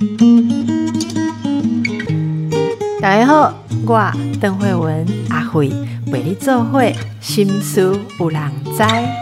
大家好，我邓惠文阿惠陪你做伙心思有人知。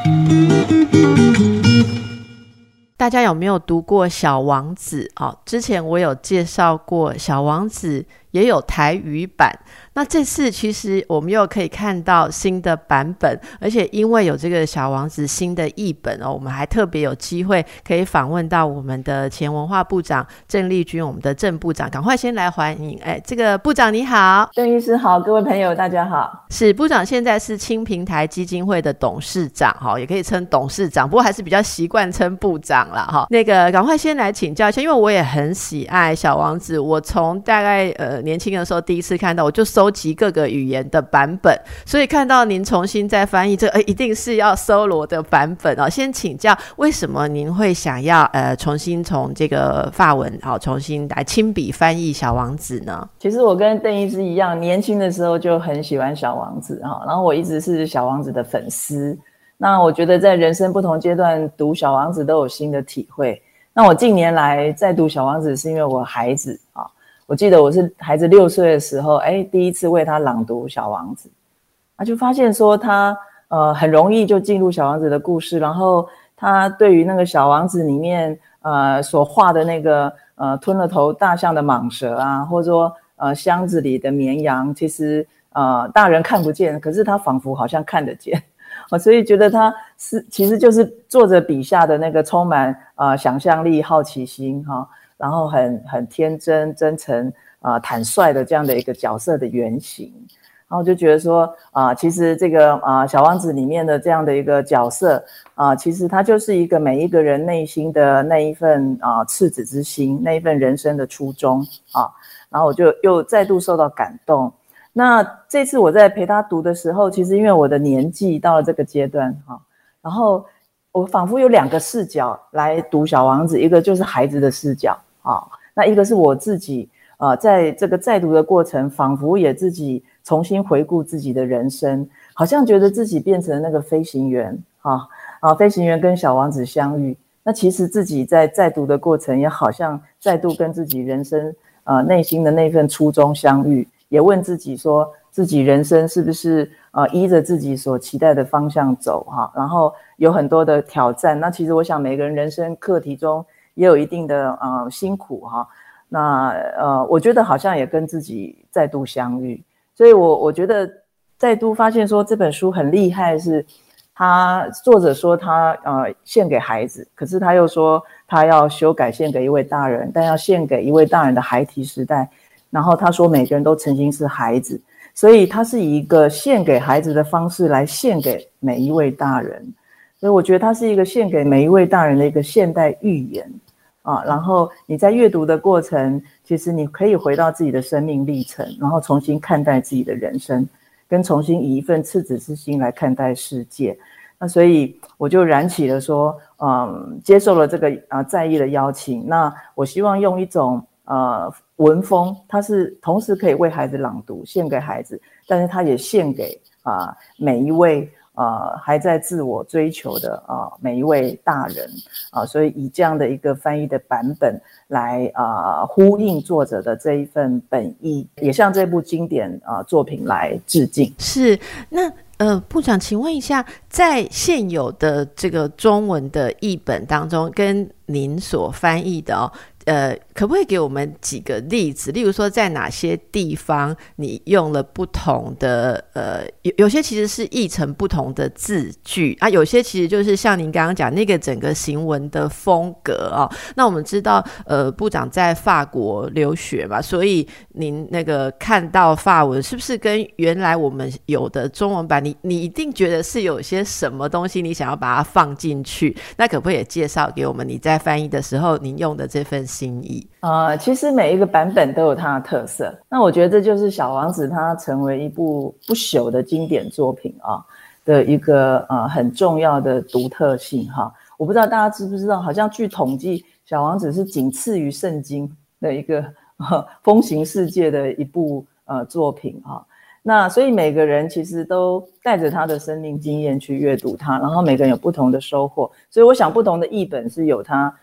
大家有没有读过《小王子》之前我有介绍过《小王子》也有台语版，那这次其实我们又可以看到新的版本，而且因为有这个小王子新的译本我们还特别有机会可以访问到我们的前文化部长郑丽君，我们的郑部长，赶快先来欢迎。这个部长你好。 邓医师好，各位朋友大家好。 是，部长现在是青平台基金会的董事长，也可以称董事长，不过还是比较习惯称部长啦。那个赶快先来请教一下，因为我也很喜爱小王子，我从大概年轻的时候第一次看到，我就收集各个语言的版本，所以看到您重新再翻译这一定是要搜罗的版本先请教为什么您会想要重新从这个法文重新来亲笔翻译小王子呢？ 其实我跟邓医师一样，年轻的时候就很喜欢小王子然后我一直是小王子的粉丝。那我觉得在人生不同阶段读小王子都有新的体会。那我近年来在读小王子是因为我孩子我记得我是孩子6岁的时候第一次为他朗读小王子，就发现说他很容易就进入小王子的故事，然后他对于那个小王子里面所画的那个吞了头大象的蟒蛇或者说箱子里的绵羊，其实大人看不见，可是他仿佛好像看得见所以觉得他其实就是作者笔下的那个充满想象力、好奇心然后很天真、真诚坦率的这样的一个角色的原型。然后就觉得说其实这个小王子里面的这样的一个角色其实他就是一个每一个人内心的那一份赤子之心，那一份人生的初衷然后我就又再度受到感动。那这次我在陪他读的时候，其实因为我的年纪到了这个阶段然后我仿佛有2个视角来读小王子，一个就是孩子的视角那一个是我自己在这个在读的过程，仿佛也自己重新回顾自己的人生，好像觉得自己变成那个飞行员飞行员跟小王子相遇，那其实自己在读的过程也好像再度跟自己人生内心的那份初衷相遇，也问自己说自己人生是不是依着自己所期待的方向走然后有很多的挑战。那其实我想每个人人生课题中也有一定的辛苦那我觉得好像也跟自己再度相遇。所以我觉得再度发现说这本书很厉害，是他作者说他献给孩子，可是他又说他要修改献给一位大人，但要献给一位大人的孩提时代，然后他说每个人都曾经是孩子，所以他是以一个献给孩子的方式来献给每一位大人。所以我觉得他是一个献给每一位大人的一个现代寓言然后你在阅读的过程，其实你可以回到自己的生命历程，然后重新看待自己的人生，跟重新以一份赤子之心来看待世界。那所以我就燃起了说接受了这个在意的邀请。那我希望用一种文风，它是同时可以为孩子朗读，献给孩子，但是它也献给每一位还在自我追求的每一位大人所以以这样的一个翻译的版本来呼应作者的这一份本意，也向这部经典作品来致敬。 是，那部长请问一下，在现有的这个中文的译本当中，跟您所翻译的可不可以给我们几个例子？例如说在哪些地方你用了不同的有些其实是译成不同的字句有些其实就是像您刚刚讲那个整个行文的风格那我们知道部长在法国留学嘛，所以您那个看到法文是不是跟原来我们有的中文版你一定觉得是有些什么东西你想要把它放进去？那可不可以也介绍给我们你在翻译的时候您用的这份心意？ 其实每一个版本都有它的特色，那我觉得这就是小王子它成为一部不朽的经典作品的一个很重要的独特性我不知道大家知不知道，好像据统计小王子是仅次于圣经的一个风行世界的一部作品那所以每个人其实都带着他的生命经验去阅读它，然后每个人有不同的收获，所以我想不同的译本是有它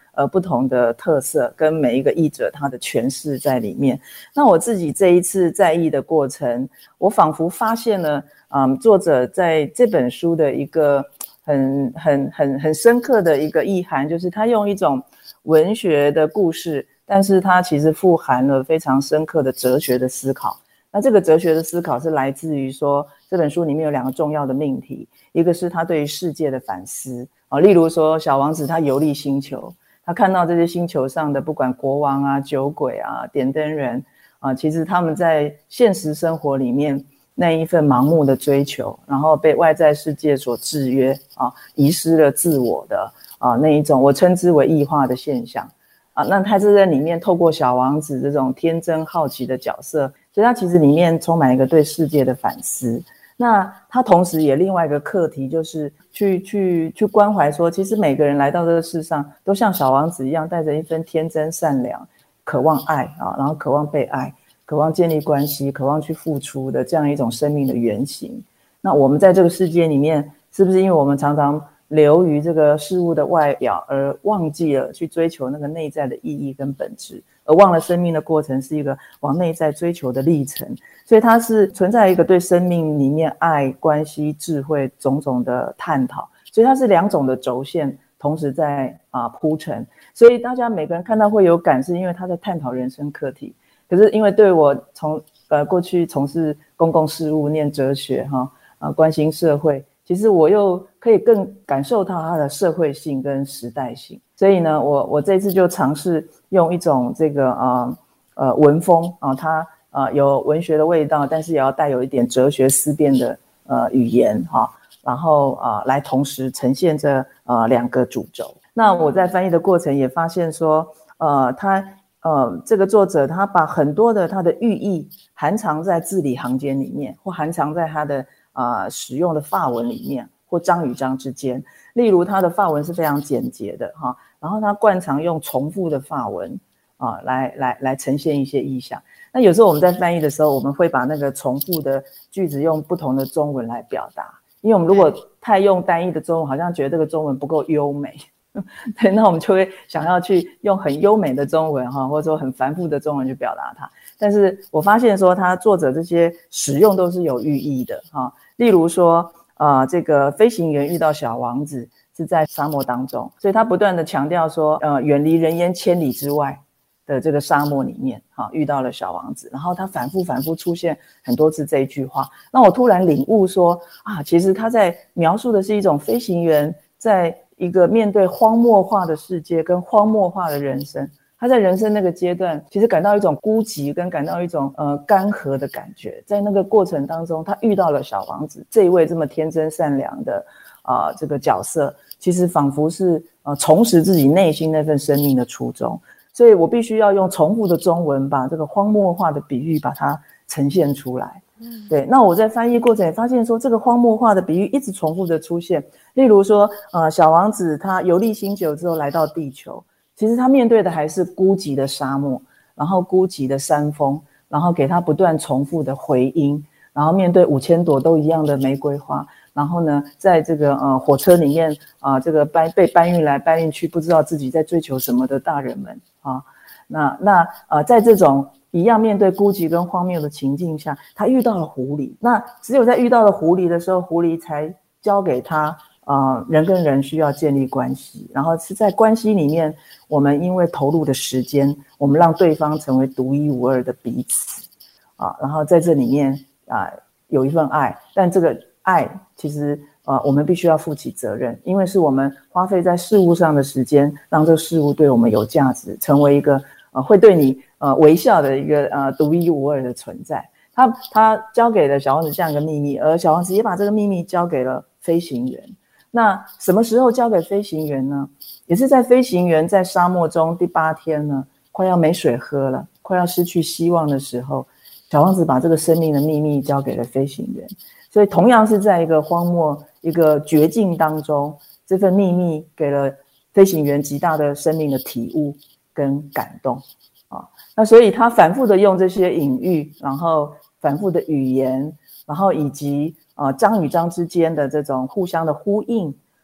不同的特色跟每一个译者他的诠释在里面。那我自己这一次在译的过程，我仿佛发现了作者在这本书的一个很深刻的一个意涵，就是他用一种文学的故事，但是它其实富含了非常深刻的哲学的思考。那这个哲学的思考是来自于说，这本书里面有2个重要的命题，一个是他对于世界的反思例如说小王子他游历星球，他看到这些星球上的不管国王啊、酒鬼啊、点灯人其实他们在现实生活里面那一份盲目的追求，然后被外在世界所制约遗失了自我的那一种我称之为异化的现象那他是在里面透过小王子这种天真好奇的角色，所以他其实里面充满一个对世界的反思。那他同时也另外一个课题，就是去关怀说，其实每个人来到这个世上都像小王子一样，带着一份天真善良，渴望爱然后渴望被爱，渴望建立关系，渴望去付出的这样一种生命的原型。那我们在这个世界里面，是不是因为我们常常流于这个事物的外表，而忘记了去追求那个内在的意义跟本质，而忘了生命的过程是一个往内在追求的历程。所以它是存在一个对生命里面爱、关系、智慧种种的探讨，所以它是2种的轴线同时在铺陈。所以大家每个人看到会有感，是因为他在探讨人生课题。可是因为对我过去从事公共事务、念哲学关心社会，其实我又可以更感受到它的社会性跟时代性。所以呢，我这次就尝试用一种这个文风它有文学的味道，但是也要带有一点哲学思辨的语言然后来同时呈现这2个主轴。那我在翻译的过程也发现说这个作者他把很多的他的寓意含藏在字里行间里面，或含藏在他的使用的法文里面，或章与章之间。例如他的法文是非常简洁的然后他惯常用重复的法文来呈现一些意象。那有时候我们在翻译的时候，我们会把那个重复的句子用不同的中文来表达，因为我们如果太用单一的中文，好像觉得这个中文不够优美对，那我们就会想要去用很优美的中文或者说很繁复的中文去表达它。但是我发现说他作者这些使用都是有寓意的例如说这个飞行员遇到小王子是在沙漠当中，所以他不断的强调说远离人烟千里之外的这个沙漠里面遇到了小王子，然后他反复出现很多次这一句话。那我突然领悟说其实他在描述的是一种飞行员在一个面对荒漠化的世界跟荒漠化的人生，他在人生那个阶段其实感到一种孤寂，跟感到一种干涸的感觉。在那个过程当中，他遇到了小王子这一位这么天真善良的这个角色，其实仿佛是重拾自己内心那份生命的初衷。所以我必须要用重复的中文把这个荒漠化的比喻把它呈现出来。对，那我在翻译过程也发现说，这个荒漠化的比喻一直重复的出现。例如说小王子他游历星球之后来到地球，其实他面对的还是孤寂的沙漠，然后孤寂的山峰，然后给他不断重复的回音，然后面对5000朵都一样的玫瑰花，然后呢在这个火车里面这个被搬运来搬运去，不知道自己在追求什么的大人们在这种一样面对孤寂跟荒谬的情境下，他遇到了狐狸。那只有在遇到了狐狸的时候，狐狸才教给他人跟人需要建立关系，然后是在关系里面，我们因为投入的时间，我们让对方成为独一无二的彼此然后在这里面有一份爱，但这个爱其实我们必须要负起责任，因为是我们花费在事物上的时间，让这个事物对我们有价值，成为一个会对你微笑的一个独一无二的存在。他交给了小王子这样一个秘密，而小王子也把这个秘密交给了飞行员。那什么时候交给飞行员呢？也是在飞行员在沙漠中第8天呢，快要没水喝了，快要失去希望的时候，小王子把这个生命的秘密交给了飞行员。所以同样是在一个荒漠一个绝境当中，这份秘密给了飞行员极大的生命的体悟跟感动那所以他反复的用这些隐喻，然后反复的语言，然后以及章与章之间的这种互相的呼应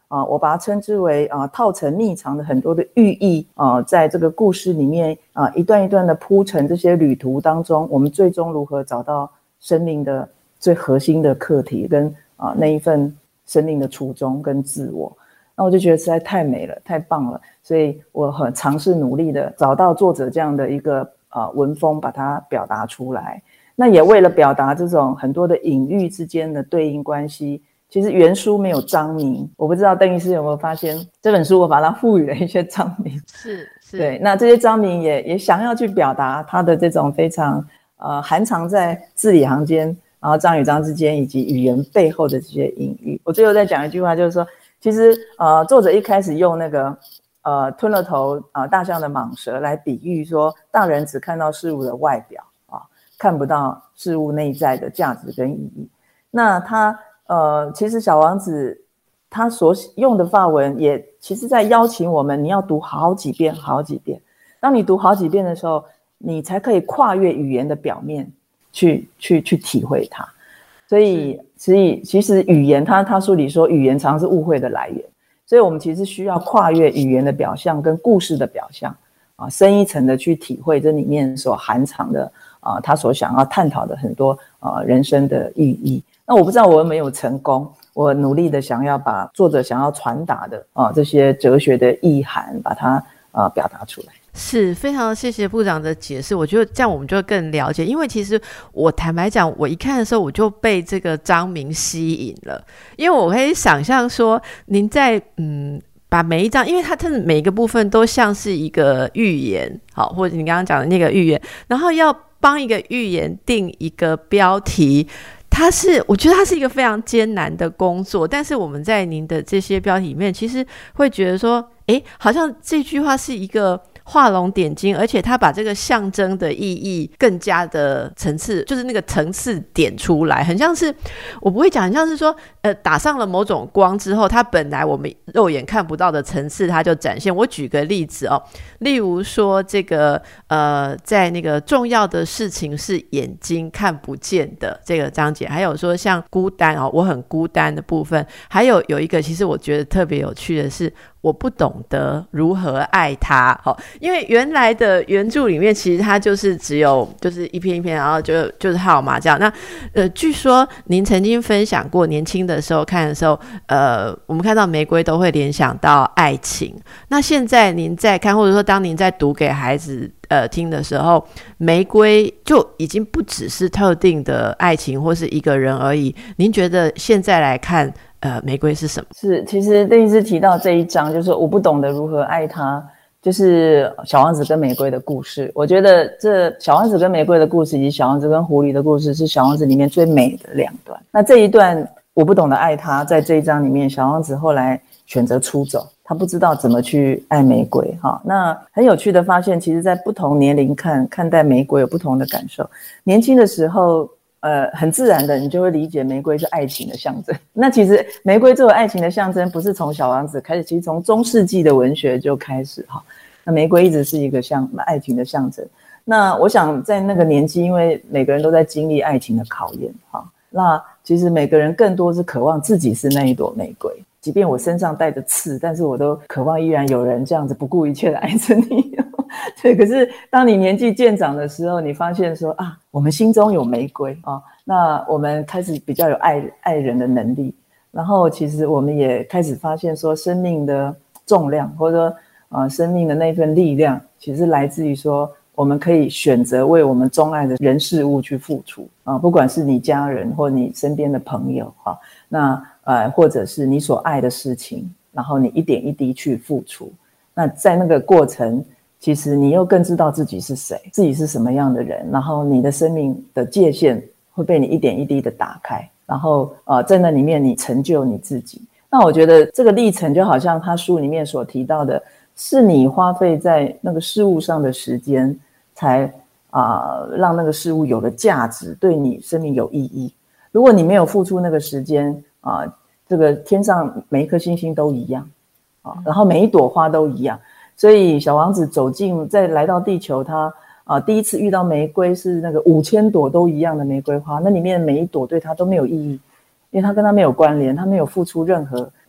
我把它称之为套层密藏的很多的寓意在这个故事里面一段一段的铺陈这些旅途当中，我们最终如何找到生命的最核心的课题跟那一份生命的初衷跟自我。那我就觉得实在太美了，太棒了，所以我很尝试努力的找到作者这样的一个文风，把它表达出来。那也为了表达这种很多的隐喻之间的对应关系，其实原书没有章名，我不知道邓医师有没有发现，这本书我把它赋予了一些章名。 是对，那这些章名也想要去表达它的这种非常含藏在字里行间，然后章与章之间以及语言背后的这些隐喻。我最后再讲一句话，就是说其实作者一开始用那个吞了头大象的蟒蛇来比喻说，大人只看到事物的外表看不到事物内在的价值跟意义。那他其实小王子他所用的法文也其实在邀请我们，你要读好几遍好几遍。当你读好几遍的时候，你才可以跨越语言的表面去体会它。所以其实语言他书里说语言常是误会的来源，所以我们其实需要跨越语言的表象跟故事的表象深一层的去体会这里面所含藏的他所想要探讨的很多人生的意义。那我不知道我有没有成功，我努力的想要把作者想要传达的这些哲学的意涵把它表达出来。 是，非常谢谢部长的解释，我觉得这样我们就更了解。因为其实我坦白讲，我一看的时候我就被这个章名吸引了，因为我可以想象说您在把每一章，因为它每一个部分都像是一个寓言，好，或者你刚刚讲的那个寓言，然后要帮一个寓言定一个标题，我觉得它是一个非常艰难的工作。但是我们在您的这些标题里面其实会觉得说好像这句话是一个画龙点睛，而且他把这个象征的意义更加的层次，就是那个层次点出来，很像是，我不会讲，很像是说打上了某种光之后，它本来我们肉眼看不到的层次它就展现。我举个例子例如说这个在那个重要的事情是眼睛看不见的这个章节，还有说像孤单我很孤单的部分，还有一个其实我觉得特别有趣的是，我不懂得如何爱他因为原来的原著里面其实它就是只有就是一篇一篇，然后就是号码这样。那据说您曾经分享过年轻的时候看的时候我们看到玫瑰都会联想到爱情，那现在您在看，或者说当您在读给孩子听的时候，玫瑰就已经不只是特定的爱情或是一个人而已，您觉得现在来看玫瑰是什么？ 是，其实邓医师提到这一章，就是我不懂得如何爱他，就是小王子跟玫瑰的故事。我觉得这小王子跟玫瑰的故事以及小王子跟狐狸的故事是小王子里面最美的两段。那这一段我不懂得爱他，在这一章里面小王子后来选择出走，他不知道怎么去爱玫瑰那很有趣的发现，其实在不同年龄看待玫瑰有不同的感受。年轻的时候很自然的你就会理解玫瑰是爱情的象征。那其实玫瑰作为爱情的象征不是从小王子开始，其实从中世纪的文学就开始那玫瑰一直是一个像爱情的象征。那我想在那个年纪，因为每个人都在经历爱情的考验那其实每个人更多是渴望自己是那一朵玫瑰，即便我身上带着刺，但是我都渴望依然有人这样子不顾一切的爱着你对，可是当你年纪渐长的时候，你发现说我们心中有玫瑰那我们开始比较有爱人的能力，然后其实我们也开始发现说生命的重量，或者说生命的那份力量，其实来自于说我们可以选择为我们钟爱的人事物去付出不管是你家人或你身边的朋友那或者是你所爱的事情，然后你一点一滴去付出。那在那个过程，其实你又更知道自己是谁，自己是什么样的人，然后你的生命的界限会被你一点一滴的打开，然后在那里面你成就你自己。那我觉得这个历程就好像他书里面所提到的，是你花费在那个事物上的时间才让那个事物有了价值，对你生命有意义。如果你没有付出那个时间这个天上每一颗星星都一样然后每一朵花都一样。所以小王子再来到地球，他第一次遇到玫瑰是那个5000朵都一样的玫瑰花，那里面每一朵对他都没有意义，因为他跟他没有关联，他没有付出任何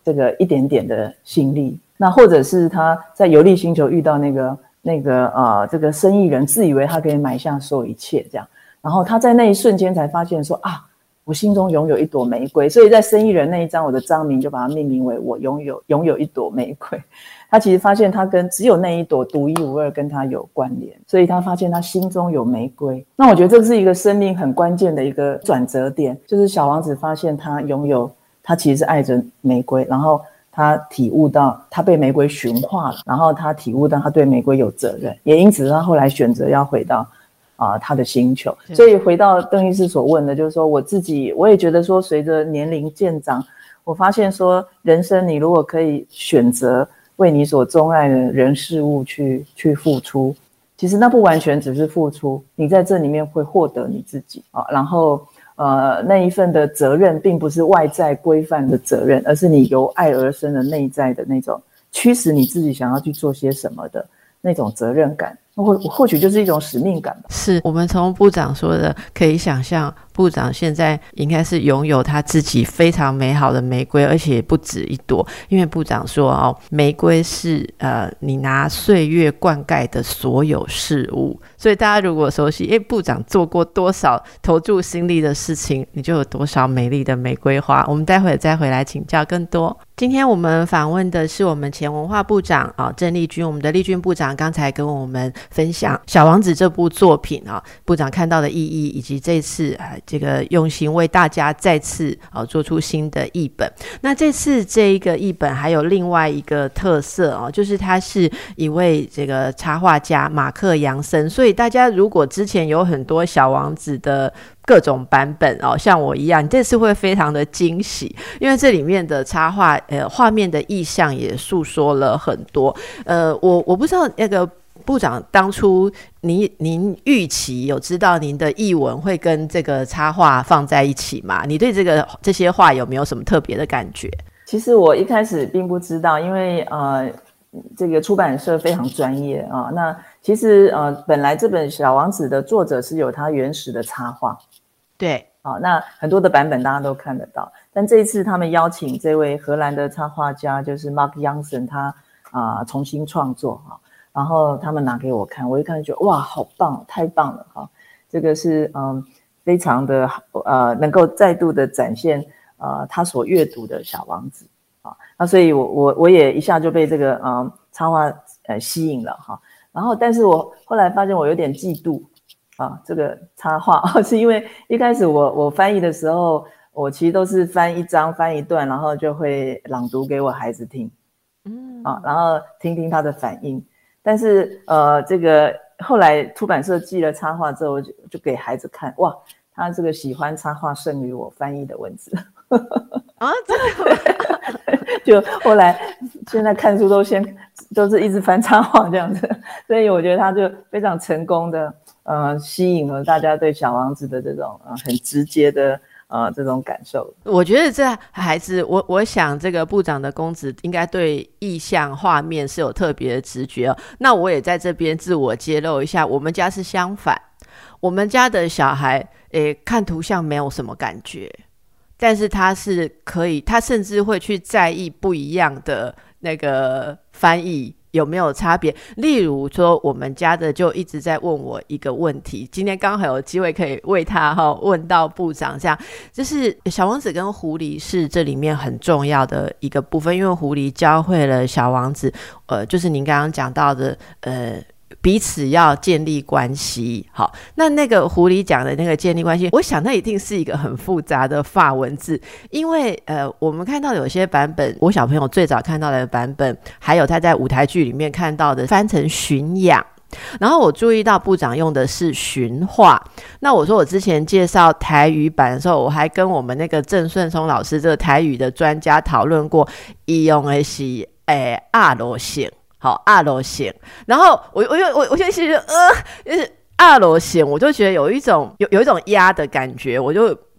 这个一点点的心力。那或者是他在游历星球遇到这个生意人，自以为他可以买下所有一切这样，然后他在那一瞬间才发现说啊，我心中拥有一朵玫瑰，所以在生意人那一章，我的章名就把它命名为我拥有一朵玫瑰。他其实发现他跟只有那一朵独一无二跟他有关联，所以他发现他心中有玫瑰。那我觉得这是一个生命很关键的一个转折点，就是小王子发现他其实是爱着玫瑰，然后他体悟到他被玫瑰驯化了，然后他体悟到他对玫瑰有责任，也因此他后来选择要回到他的星球。所以回到邓医师所问的，就是说我也觉得说，随着年龄渐长，我发现说人生你如果可以选择为你所钟爱的人事物去付出，其实那不完全只是付出，你在这里面会获得你自己然后那一份的责任并不是外在规范的责任，而是你由爱而生的内在的那种驱使你自己想要去做些什么的那种责任感，或许就是一种使命感吧。 是我们从部长说的可以想象，部长现在应该是拥有他自己非常美好的玫瑰，而且不止一朵。因为部长说玫瑰是你拿岁月灌溉的所有事物，所以大家如果熟悉部长做过多少投注心力的事情，你就有多少美丽的玫瑰花。我们待会再回来请教更多。今天我们访问的是我们前文化部长郑丽君，我们的丽君部长刚才跟我们分享《小王子》这部作品部长看到的意义，以及这次这个用心为大家再次做出新的译本。那这次这一个译本还有另外一个特色就是他是一位这个插画家马克杨森，所以大家如果之前有很多小王子的各种版本像我一样，你这次会非常的惊喜，因为这里面的插画画面的意象也诉说了很多。我不知道那个部长当初您预期有知道您的译文会跟这个插画放在一起吗？你对这些画有没有什么特别的感觉？ 其实我一开始并不知道，因为这个出版社非常专业那其实本来这本小王子的作者是有他原始的插画， 对那很多的版本大家都看得到，但这一次他们邀请这位荷兰的插画家就是 Mark Jansen 他重新创作然后他们拿给我看，我一看就觉得哇好棒，太棒了这个是非常的能够再度的展现他所阅读的小王子那所以我也一下就被这个插画吸引了然后但是我后来发现我有点嫉妒这个插画是因为一开始我翻译的时候，我其实都是翻一章翻一段，然后就会朗读给我孩子听然后听听他的反应。但是这个后来出版社寄了插画之后，就给孩子看，哇，他这个喜欢插画胜于我翻译的文字真的就后来现在看书都是一直翻插画这样子，所以我觉得他就非常成功的吸引了大家对小王子的这种很直接的这种感受。 我觉得这孩子我想这个部长的公子应该对意象画面是有特别的直觉那我也在这边自我揭露一下，我们家是相反，我们家的小孩看图像没有什么感觉，但是他是可以，他甚至会去在意不一样的那个翻译有没有差别。例如说我们家的就一直在问我一个问题，今天刚好有机会可以为他问到部长，这样就是小王子跟狐狸是这里面很重要的一个部分，因为狐狸教会了小王子就是您刚刚讲到的彼此要建立关系。好，那个狐狸讲的那个建立关系，我想那一定是一个很复杂的法文字，因为我们看到有些版本，我小朋友最早看到的版本，还有他在舞台剧里面看到的翻成驯养，然后我注意到部长用的是驯化。那我说我之前介绍台语版的时候，我还跟我们那个郑顺聪老师这个台语的专家讨论过，他用的是阿罗线，好，阿罗线，然后我就其实就是阿罗线，我就觉得有一种压的感觉，我就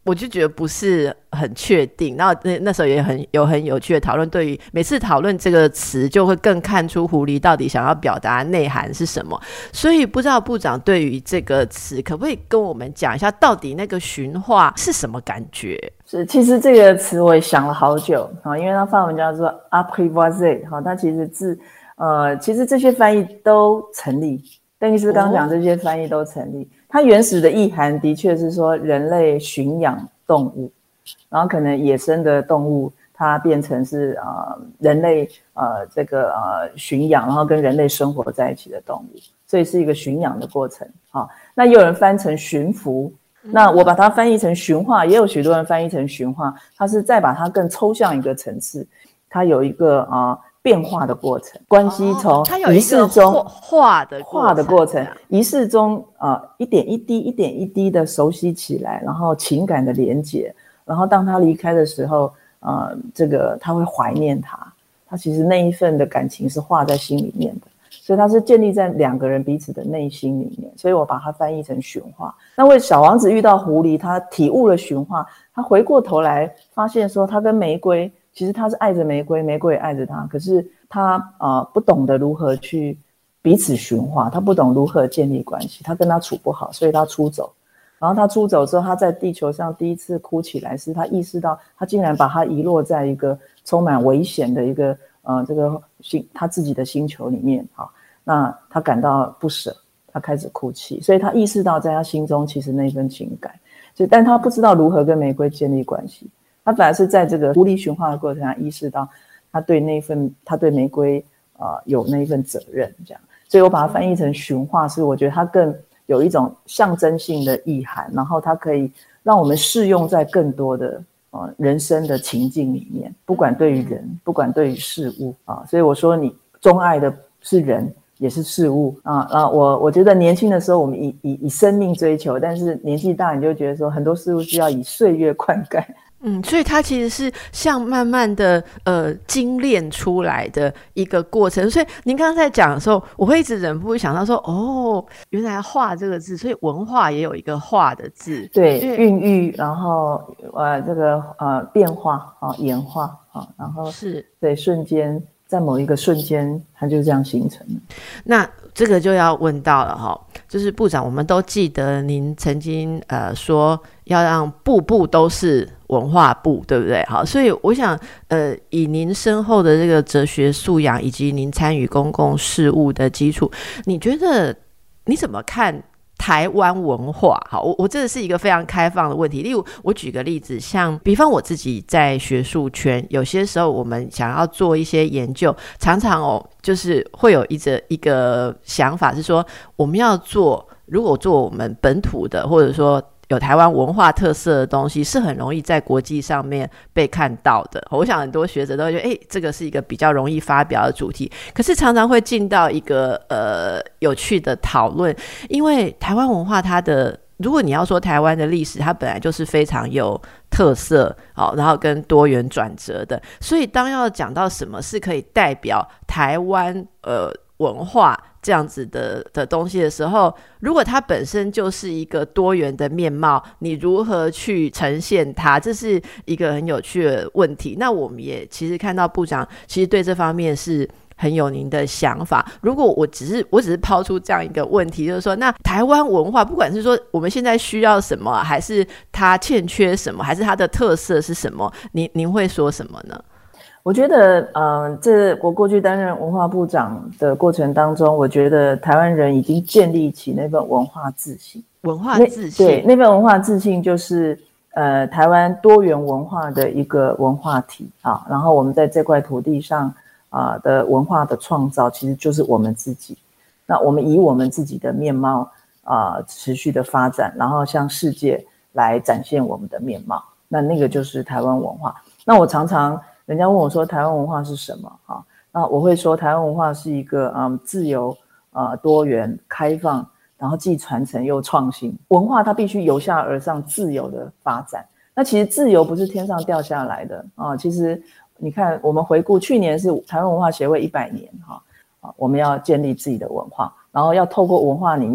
我就觉得不是很确定，然后那时候也很有趣的讨论，对于每次讨论这个词就会更看出狐狸到底想要表达内涵是什么。所以不知道部长对于这个词可不可以跟我们讲一下，到底那个驯化是什么感觉？ 是，其实这个词我也想了好久，因为它法文叫做 apprivoiser， 它其实其实这些翻译都成立，邓医师刚刚讲这些翻译都成立。它原始的意涵的确是说人类驯养动物，然后可能野生的动物它变成是人类驯养，然后跟人类生活在一起的动物，所以是一个驯养的过程。那也有人翻成驯服，那我把它翻译成驯化，也有许多人翻译成驯化，它是再把它更抽象一个层次，它有一个变化的过程，关系从仪式中化的过程， 仪式中一点一滴一点一滴的熟悉起来，然后情感的连结，然后当他离开的时候他会怀念他其实那一份的感情是画在心里面的，所以它是建立在两个人彼此的内心里面，所以我把它翻译成驯化。那为小王子遇到狐狸，他体悟了驯化，他回过头来发现说他跟玫瑰其实他是爱着玫瑰，玫瑰也爱着他，可是他不懂得如何去彼此驯化，他不懂如何建立关系，他跟他处不好，所以他出走。然后他出走之后，他在地球上第一次哭起来，是他意识到他竟然把他遗落在一个充满危险的一个他自己的星球里面。那他感到不舍，他开始哭泣，所以他意识到在他心中其实那份情感，但他不知道如何跟玫瑰建立关系。他本来是在这个狐狸驯化的过程中意识到他对玫瑰有那一份责任，这样，所以我把它翻译成驯化，是我觉得它更有一种象征性的意涵，然后它可以让我们适用在更多的人生的情境里面，不管对于人，不管对于事物所以我说你钟爱的是人也是事物我觉得年轻的时候我们以生命追求，但是年纪大你就觉得说很多事物需要以岁月灌溉。 所以它其实是像慢慢的精炼出来的一个过程。所以您刚刚在讲的时候，我会一直忍不住想到说原来化这个字，所以文化也有一个化的字， 对，孕育，然后变化演化然后是对瞬间，在某一个瞬间它就这样形成了。 那这个就要问到了就是部长，我们都记得您曾经说要让步步都是文化部，对不对？好，所以我想以您深厚的这个哲学素养以及您参与公共事务的基础，你觉得你怎么看台湾文化？好，我这是一个非常开放的问题。例如我举个例子，像比方我自己在学术圈，有些时候我们想要做一些研究，常常就是会有一个想法是说，我们要如果做我们本土的，或者说有台湾文化特色的东西，是很容易在国际上面被看到的。我想很多学者都会觉得这个是一个比较容易发表的主题，可是常常会进到一个有趣的讨论，因为台湾文化如果你要说台湾的历史，它本来就是非常有特色然后跟多元转折的，所以当要讲到什么是可以代表台湾文化这样子的东西的时候，如果它本身就是一个多元的面貌，你如何去呈现它，这是一个很有趣的问题。那我们也其实看到部长其实对这方面是很有您的想法。如果我只是抛出这样一个问题，就是说那台湾文化不管是说我们现在需要什么，还是它欠缺什么，还是它的特色是什么，您会说什么呢？ 我觉得我过去担任文化部长的过程当中，我觉得台湾人已经建立起那份文化自信。对，那份文化自信就是台湾多元文化的一个文化体然后我们在这块土地上的文化的创造其实就是我们自己，那我们以我们自己的面貌持续的发展，然后向世界来展现我们的面貌，那个就是台湾文化。那我常常人家问我说台湾文化是什么那我会说台湾文化是一个自由多元开放，然后既传承又创新。文化它必须由下而上自由的发展，那其实自由不是天上掉下来的其实你看我们回顾去年是台湾文化协会100年我们要建立自己的文化，然后要透过文化里面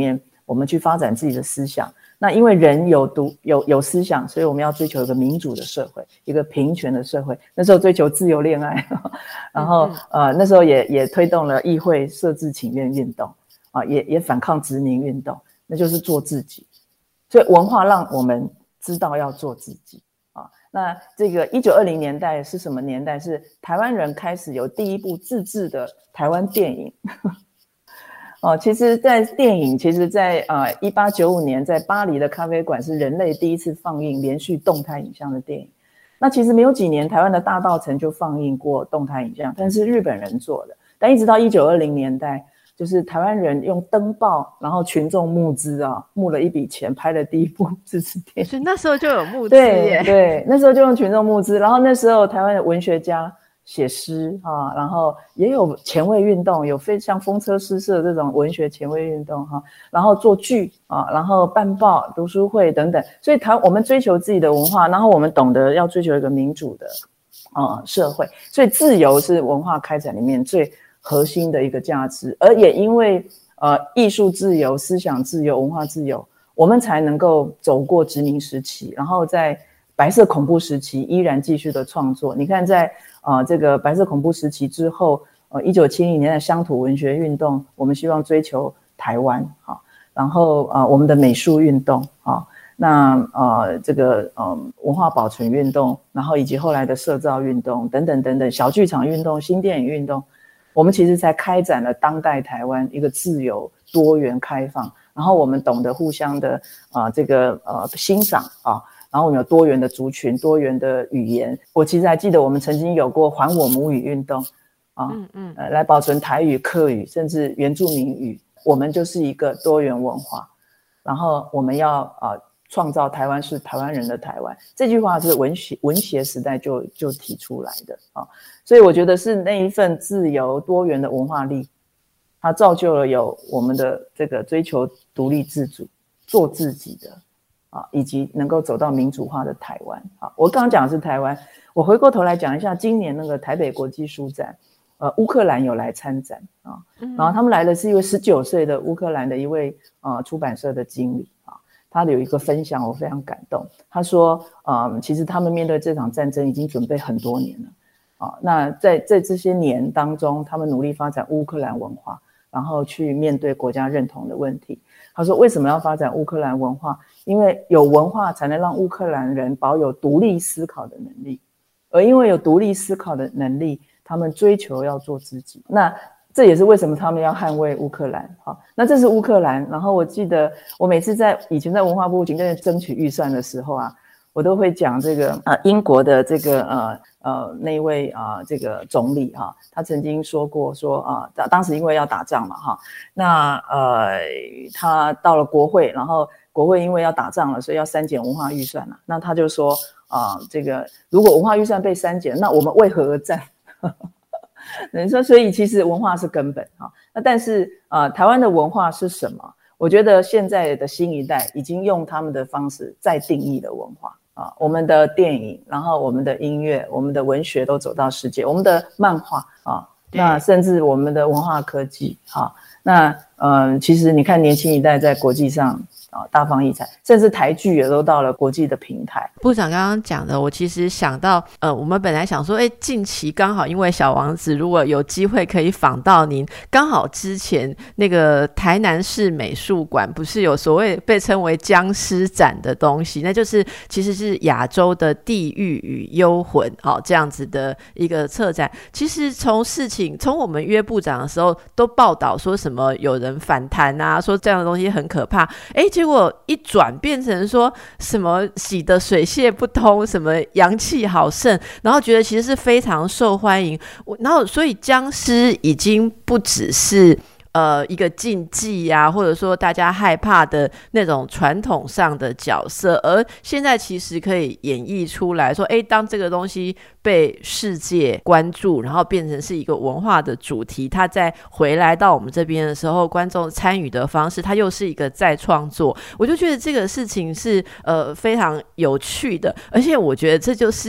我们去发展自己的思想。那因为人有思想，所以我们要追求一个民主的社会，一个平权的社会。那时候追求自由恋爱，然后那时候也推动了议会设置请愿运动啊，也反抗殖民运动，那就是做自己。所以文化让我们知道要做自己啊。那这个1920年代是什么年代？是台湾人开始有第一部自制的台湾电影。其实在电影，其实在1895年在巴黎的咖啡馆是人类第一次放映连续动态影像的电影。那其实没有几年，台湾的大稻埕就放映过动态影像，但是日本人做的。但一直到1920年代，就是台湾人用登报，然后群众募资募了一笔钱，拍了第一部自制电影。 所以那时候就有募资耶。 对，那时候就用群众募资，然后那时候台湾的文学家写诗然后也有前卫运动，有像风车诗社这种文学前卫运动然后做剧然后办报、读书会等等。所以我们追求自己的文化，然后我们懂得要追求一个民主的社会，所以自由是文化开展里面最核心的一个价值。而也因为艺术自由、思想自由、文化自由，我们才能够走过殖民时期，然后在白色恐怖时期依然继续的创作。你看在这个白色恐怖时期之后，1970年的乡土文学运动，我们希望追求台湾然后我们的美术运动那这个文化保存运动，然后以及后来的社造运动等等等等，小剧场运动、新电影运动，我们其实才开展了当代台湾一个自由、多元、开放，然后我们懂得互相的这个欣赏然后我们有多元的族群、多元的语言。我其实还记得我们曾经有过还我母语运动来保存台语、客语甚至原住民语。我们就是一个多元文化，然后我们要创造台湾是台湾人的台湾。这句话是文学时代就提出来的所以我觉得是那一份自由多元的文化力，它造就了有我们的这个追求独立自主、做自己的以及能够走到民主化的台湾我刚刚讲的是台湾，我回过头来讲一下今年那个台北国际书展，乌克兰有来参展然后他们来的是一位19岁的乌克兰的一位出版社的经理他有一个分享我非常感动。他说其实他们面对这场战争已经准备很多年了那在这些年当中，他们努力发展乌克兰文化，然后去面对国家认同的问题。他说为什么要发展乌克兰文化？因为有文化才能让乌克兰人保有独立思考的能力，而因为有独立思考的能力，他们追求要做自己。那这也是为什么他们要捍卫乌克兰那这是乌克兰。然后我记得我每次以前在文化部行政院争取预算的时候我都会讲这个英国的这个那一位这个总理他曾经说过当时因为要打仗嘛那他到了国会，然后国会因为要打仗了，所以要删减文化预算了。那他就说这个如果文化预算被删减，那我们为何而战？等于说，所以其实文化是根本那但是台湾的文化是什么？我觉得现在的新一代已经用他们的方式再定义了文化我们的电影，然后我们的音乐，我们的文学都走到世界，我们的漫画那甚至我们的文化科技那其实你看年轻一代在国际上大放异彩，甚至台剧也都到了国际的平台。 部长刚刚讲的，我其实想到我们本来想说近期刚好因为小王子如果有机会可以访到您，刚好之前那个台南市美术馆不是有所谓被称为僵尸展的东西，那就是其实是亚洲的地狱与幽魂这样子的一个策展。其实从我们约部长的时候都报道说什么有人反弹说这样的东西很可怕结果一转变成说什么洗得水泄不通，什么阳气好盛，然后觉得其实是非常受欢迎。然后所以僵尸已经不只是一个禁忌或者说大家害怕的那种传统上的角色，而现在其实可以演绎出来说当这个东西被世界关注，然后变成是一个文化的主题，它再回来到我们这边的时候，观众参与的方式它又是一个再创作。我就觉得这个事情是非常有趣的，而且我觉得这就是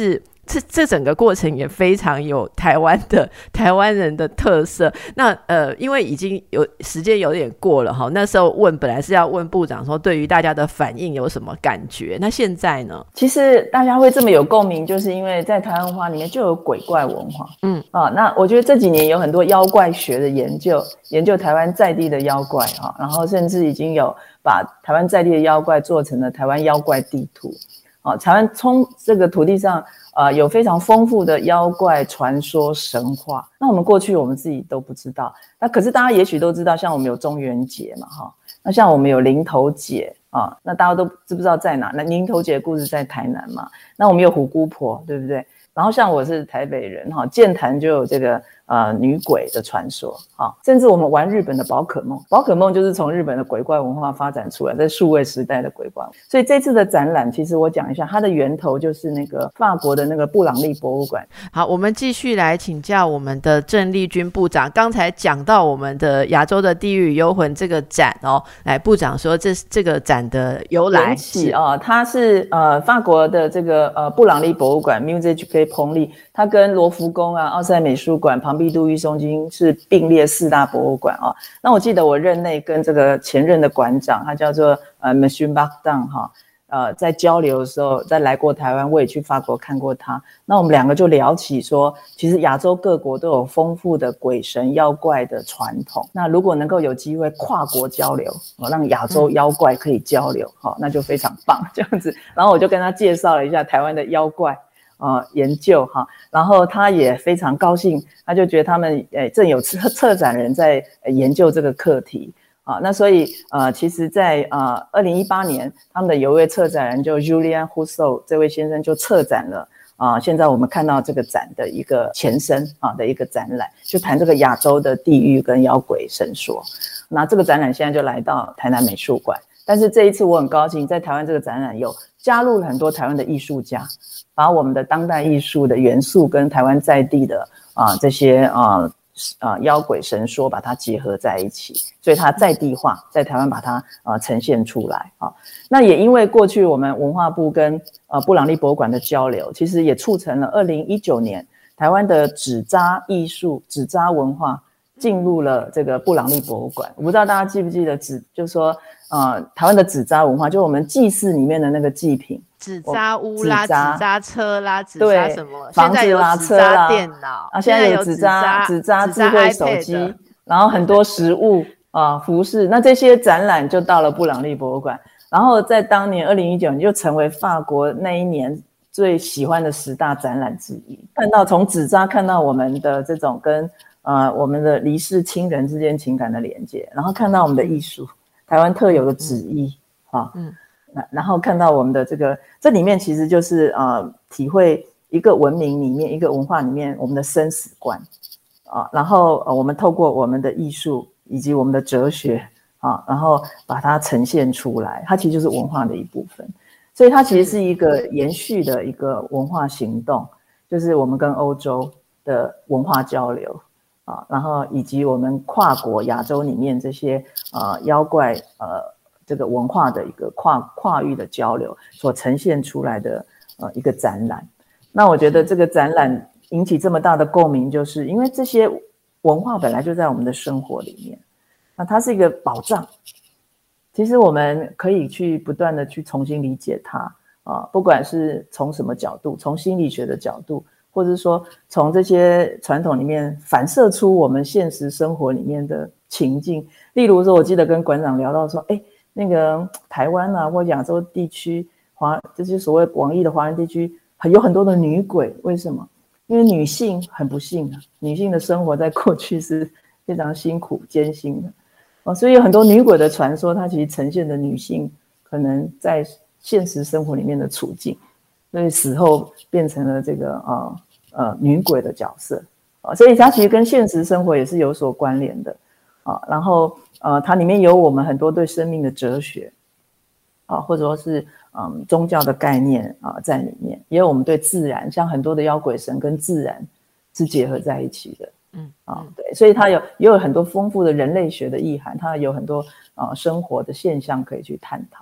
这整个过程也非常有台湾人的特色。那因为已经有时间有点过了哈，那时候本来是要问部长说对于大家的反应有什么感觉，那现在呢？ 其实大家会这么有共鸣，就是因为在台湾文化里面就有鬼怪文化。那我觉得这几年有很多妖怪学的研究台湾在地的妖怪然后甚至已经有把台湾在地的妖怪做成了台湾妖怪地图。台湾从这个土地上有非常丰富的妖怪传说神话，那我们过去我们自己都不知道，那可是大家也许都知道，像我们有中元节嘛那像我们有林投节那大家都知不知道在哪？那林投节的故事在台南嘛，那我们有虎姑婆，对不对？然后像我是台北人剑潭就有这个女鬼的传说甚至我们玩日本的宝可梦就是从日本的鬼怪文化发展出来，在数位时代的鬼怪。所以这次的展览其实我讲一下，它的源头就是那个法国的那个布朗利博物馆。 好，我们继续来请教我们的郑丽君部长。刚才讲到我们的亚洲的地狱幽魂这个展来部长说这个展的由来是它是法国的这个布朗利博物馆 Musée du Quai，它跟罗浮宫奥赛美术馆、庞毕度、郁松金是并列4大博物馆那我记得我任内跟这个前任的馆长，他叫做Monsieur Bardin在交流的时候，在来过台湾，我也去法国看过他。那我们两个就聊起说，其实亚洲各国都有丰富的鬼神妖怪的传统。那如果能够有机会跨国交流，让亚洲妖怪可以交流，那就非常棒这样子。然后我就跟他介绍了一下台湾的妖怪研究然后他也非常高兴，他就觉得他们正有策展人在研究这个课题那所以其实在2018年他们的有一位策展人就 Julien Rousseau 这位先生就策展了现在我们看到这个展的一个前身的一个展览，就谈这个亚洲的地狱跟妖鬼神说。那这个展览现在就来到台南美术馆，但是这一次我很高兴，在台湾这个展览有加入了很多台湾的艺术家，把我们的当代艺术的元素跟台湾在地的这些妖鬼神说把它结合在一起，所以它在地化，在台湾把它呈现出来那也因为过去我们文化部跟布朗利博物馆的交流，其实也促成了2019年台湾的纸扎艺术、纸扎文化进入了这个布朗利博物馆。我不知道大家记不记得就是说台湾的纸扎文化，就我们祭祀里面的那个祭品， 纸扎屋啦，纸扎车啦，纸扎什么？ 房子啦、车啦， 电脑现在有纸扎智慧手机，然后很多食物服饰。那这些展览就到了布朗利博物馆，然后在当年2019年就成为法国那一年最喜欢的10大展览之一。看到从纸扎看到我们的这种跟我们的离世亲人之间情感的连接，然后看到我们的艺术，台湾特有的纸艺然后看到我们的这里面其实就是体会一个文明里面一个文化里面我们的生死观然后我们透过我们的艺术以及我们的哲学然后把它呈现出来，它其实就是文化的一部分。所以它其实是一个延续的一个文化行动，就是我们跟欧洲的文化交流然后以及我们跨国亚洲里面这些妖怪这个文化的一个跨域的交流所呈现出来的一个展览。那我觉得这个展览引起这么大的共鸣，就是因为这些文化本来就在我们的生活里面，那它是一个宝藏。其实我们可以去不断的去重新理解它不管是从什么角度，从心理学的角度，或者说从这些传统里面反射出我们现实生活里面的情境。例如说我记得跟馆长聊到说那个台湾或亚洲地区这些所谓广义的华人地区有很多的女鬼。为什么？因为女性很不幸女性的生活在过去是非常辛苦艰辛的所以有很多女鬼的传说，它其实呈现的女性可能在现实生活里面的处境，所以死后变成了这个女鬼的角色所以它其实跟现实生活也是有所关联的然后它里面有我们很多对生命的哲学或者说是宗教的概念在里面，也有我们对自然，像很多的妖鬼神跟自然是结合在一起的对，所以它也有很多丰富的人类学的意涵，它有很多生活的现象可以去探讨。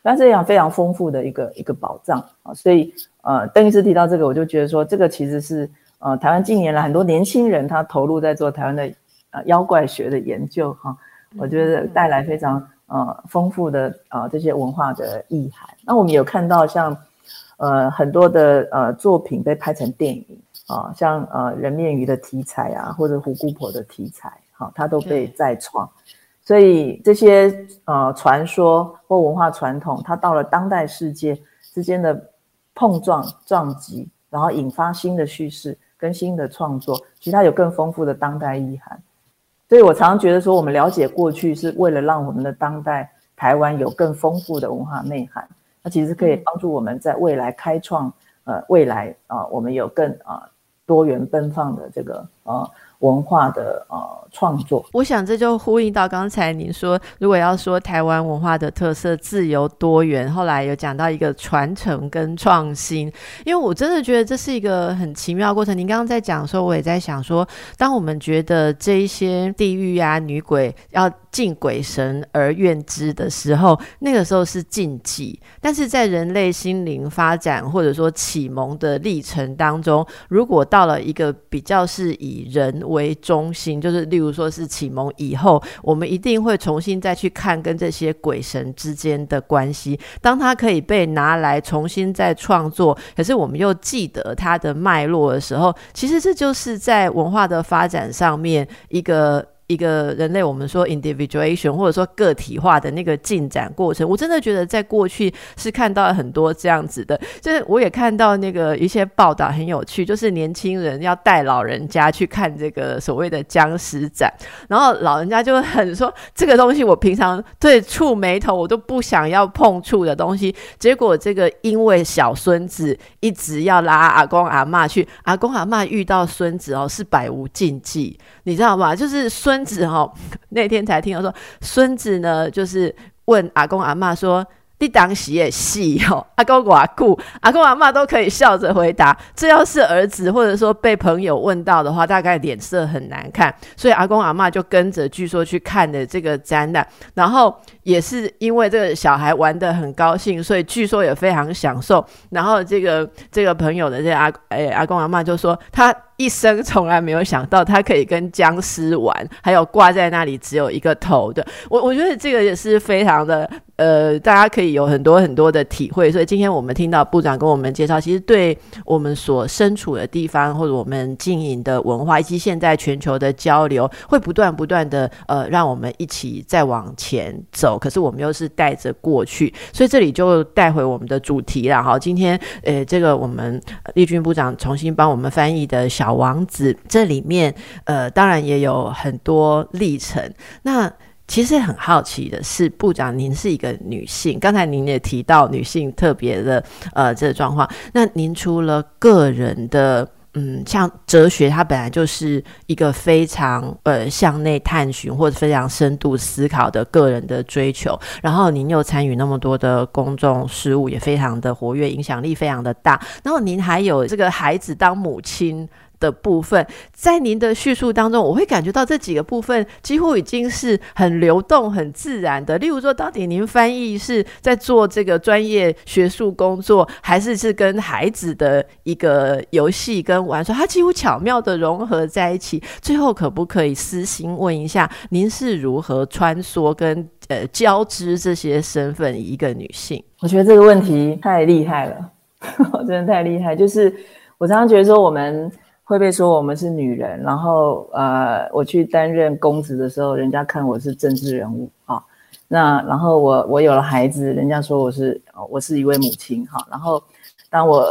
它是非常丰富的一个宝藏啊。所以邓医师提到这个，我就觉得说这个其实是台湾近年来很多年轻人他投入在做台湾的妖怪学的研究哈，我觉得带来非常丰富的这些文化的意涵。那我们有看到像很多的作品被拍成电影像人面鱼的题材啊，或者虎姑婆的题材它都被再创。所以这些传说或文化传统，它到了当代世界之间的碰撞撞击，然后引发新的叙事跟新的创作，其实它有更丰富的当代意涵。所以我常常觉得说，我们了解过去是为了让我们的当代台湾有更丰富的文化内涵，那其实可以帮助我们在未来开创未来我们有更多元奔放的这个文化的创作。 我想这就呼应到刚才您说，如果要说台湾文化的特色自由多元，后来有讲到一个传承跟创新，因为我真的觉得这是一个很奇妙的过程。您刚刚在讲的时候，我也在想说，当我们觉得这一些地狱啊女鬼要敬鬼神而怨之的时候，那个时候是禁忌，但是在人类心灵发展或者说启蒙的历程当中，如果到了一个比较是以人为中心，就是例如说是启蒙以后，我们一定会重新再去看跟这些鬼神之间的关系，当它可以被拿来重新再创作，可是我们又记得它的脉络的时候，其实这就是在文化的发展上面一个人类我们说 individuation 或者说个体化的那个进展过程。我真的觉得在过去是看到很多这样子的，就是我也看到那个一些报道很有趣，就是年轻人要带老人家去看这个所谓的僵尸展，然后老人家就很说这个东西我平常对触眉头我都不想要碰触的东西，结果这个因为小孙子一直要拉阿公阿嬷去，阿公阿嬷遇到孙子是百无禁忌，你知道吗？就是孙子那天才听到说，孙子呢就是问阿公阿嬷说，你当时也戏阿公阿姑阿公阿嬷都可以笑着回答，这要是儿子或者说被朋友问到的话，大概脸色很难看，所以阿公阿嬷就跟着据说去看的这个展览，然后也是因为这个小孩玩得很高兴，所以据说也非常享受，然后这个朋友的这个阿公阿嬷就说，他一生从来没有想到他可以跟僵尸玩，还有挂在那里只有一个头的。我觉得这个也是非常的大家可以有很多很多的体会。所以今天我们听到部长跟我们介绍，其实对我们所身处的地方或者我们经营的文化以及现在全球的交流，会不断的让我们一起再往前走，可是我们又是带着过去，所以这里就带回我们的主题啦。好，今天这个我们丽君部长重新帮我们翻译的小王子，这里面当然也有很多历程。那其实很好奇的是，部长您是一个女性，刚才您也提到女性特别的这个状况，那您除了个人的像哲学它本来就是一个非常向内探寻或者非常深度思考的个人的追求，然后您又参与那么多的公众事务，也非常的活跃，影响力非常的大，然后您还有这个孩子当母亲的部分，在您的叙述当中我会感觉到这几个部分几乎已经是很流动很自然的。例如说到底您翻译是在做这个专业学术工作，还是跟孩子的一个游戏跟玩耍，它几乎巧妙的融合在一起。最后可不可以私心问一下，您是如何穿梭跟交织这些身份，一个女性？ 我觉得这个问题太厉害了真的太厉害。就是我常常觉得说，我们会被说我们是女人，然后我去担任公职的时候，人家看我是政治人物那然后我有了孩子，人家说我是一位母亲然后当我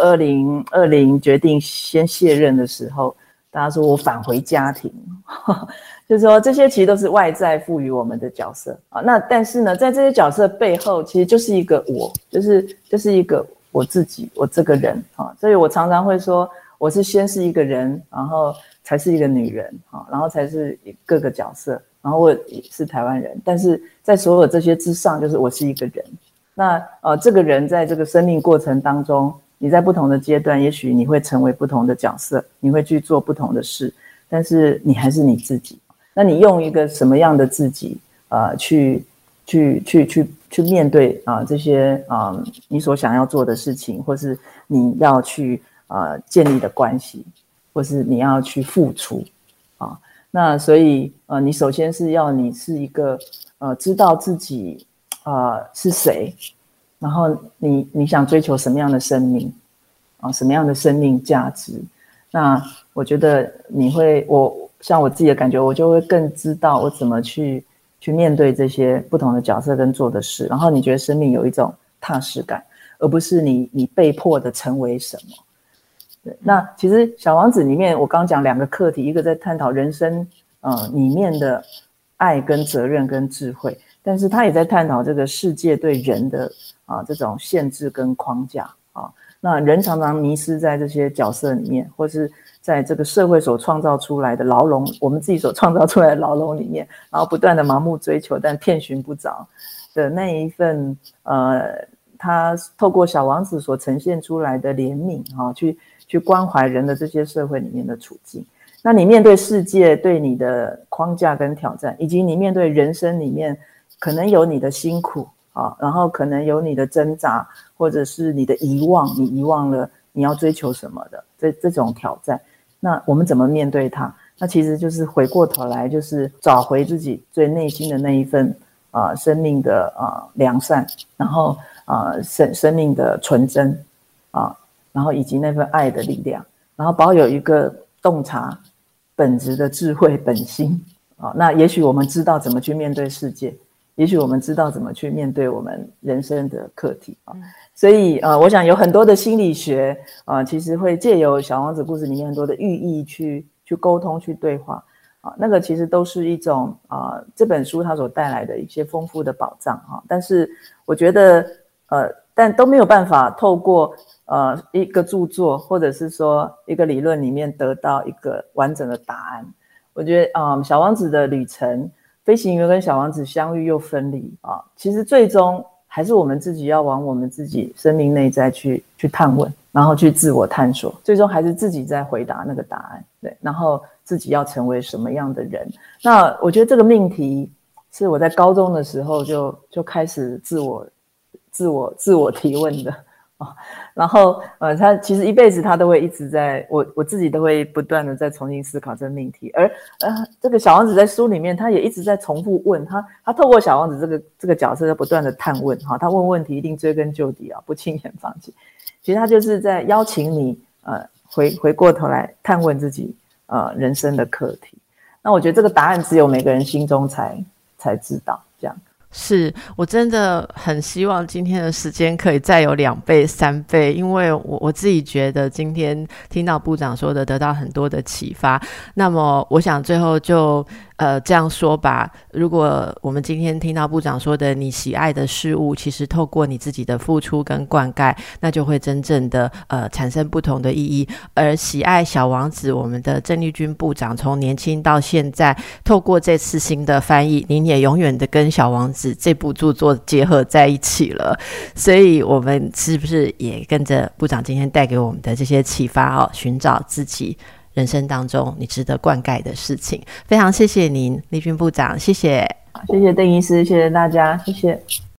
2020决定先卸任的时候，大家说我返回家庭就是说这些其实都是外在赋予我们的角色那但是呢，在这些角色背后，其实就是一个我，就是一个我自己，我这个人所以我常常会说，我是先是一个人，然后才是一个女人然后才是各个角色，然后我也是台湾人，但是在所有这些之上，就是我是一个人。那这个人在这个生命过程当中，你在不同的阶段，也许你会成为不同的角色，你会去做不同的事，但是你还是你自己。那你用一个什么样的自己去面对这些你所想要做的事情，或是你要去建立的关系，或是你要去付出那所以你首先是要你是一个知道自己是谁，然后你想追求什么样的生命什么样的生命价值。那我觉得像我自己的感觉，我就会更知道我怎么去面对这些不同的角色跟做的事，然后你觉得生命有一种踏实感，而不是你被迫的成为什么。对，那其实小王子里面我刚刚讲2个课题，一个在探讨人生里面的爱跟责任跟智慧，但是他也在探讨这个世界对人的这种限制跟框架那人常常迷失在这些角色里面，或是在这个社会所创造出来的牢笼，我们自己所创造出来的牢笼里面，然后不断的盲目追求但遍寻不着的那一份他透过小王子所呈现出来的怜悯去关怀人的这些社会里面的处境。那你面对世界对你的框架跟挑战，以及你面对人生里面可能有你的辛苦然后可能有你的挣扎，或者是你的遗忘，你遗忘了你要追求什么的这种挑战，那我们怎么面对它？那其实就是回过头来，就是找回自己最内心的那一份生命的良善，然后生命的纯真然后以及那份爱的力量，然后保有一个洞察本质的智慧本心那也许我们知道怎么去面对世界，也许我们知道怎么去面对我们人生的课题所以我想有很多的心理学其实会借由小王子故事里面很多的寓意去沟通去对话那个其实都是一种这本书它所带来的一些丰富的宝藏但是我觉得但都没有办法透过一个著作或者是说一个理论里面得到一个完整的答案。我觉得小王子的旅程，飞行员跟小王子相遇又分离其实最终还是我们自己要往我们自己生命内在去探问，然后去自我探索，最终还是自己在回答那个答案。对，然后自己要成为什么样的人。那我觉得这个命题是我在高中的时候就开始自我提问的然后他其实一辈子他都会一直在我自己都会不断的再重新思考这个命题，而这个小王子在书里面他也一直在重复问他透过小王子这个角色在不断的探问他问问题一定追根究底不轻言放弃。其实他就是在邀请你回过头来探问自己人生的课题。那我觉得这个答案只有每个人心中才知道这样。 是，我真的很希望今天的时间可以再有2倍3倍，因为我自己觉得今天听到部长说的得到很多的启发。那么我想最后就这样说吧，如果我们今天听到部长说的你喜爱的事物其实透过你自己的付出跟灌溉，那就会真正的产生不同的意义。而喜爱小王子，我们的郑丽君部长从年轻到现在，透过这次新的翻译，您也永远的跟小王子这部著作结合在一起了。所以我们是不是也跟着部长今天带给我们的这些启发寻找自己人生当中你值得灌溉的事情。非常谢谢您，丽君部长，谢谢。 谢谢邓医师，谢谢大家，谢谢。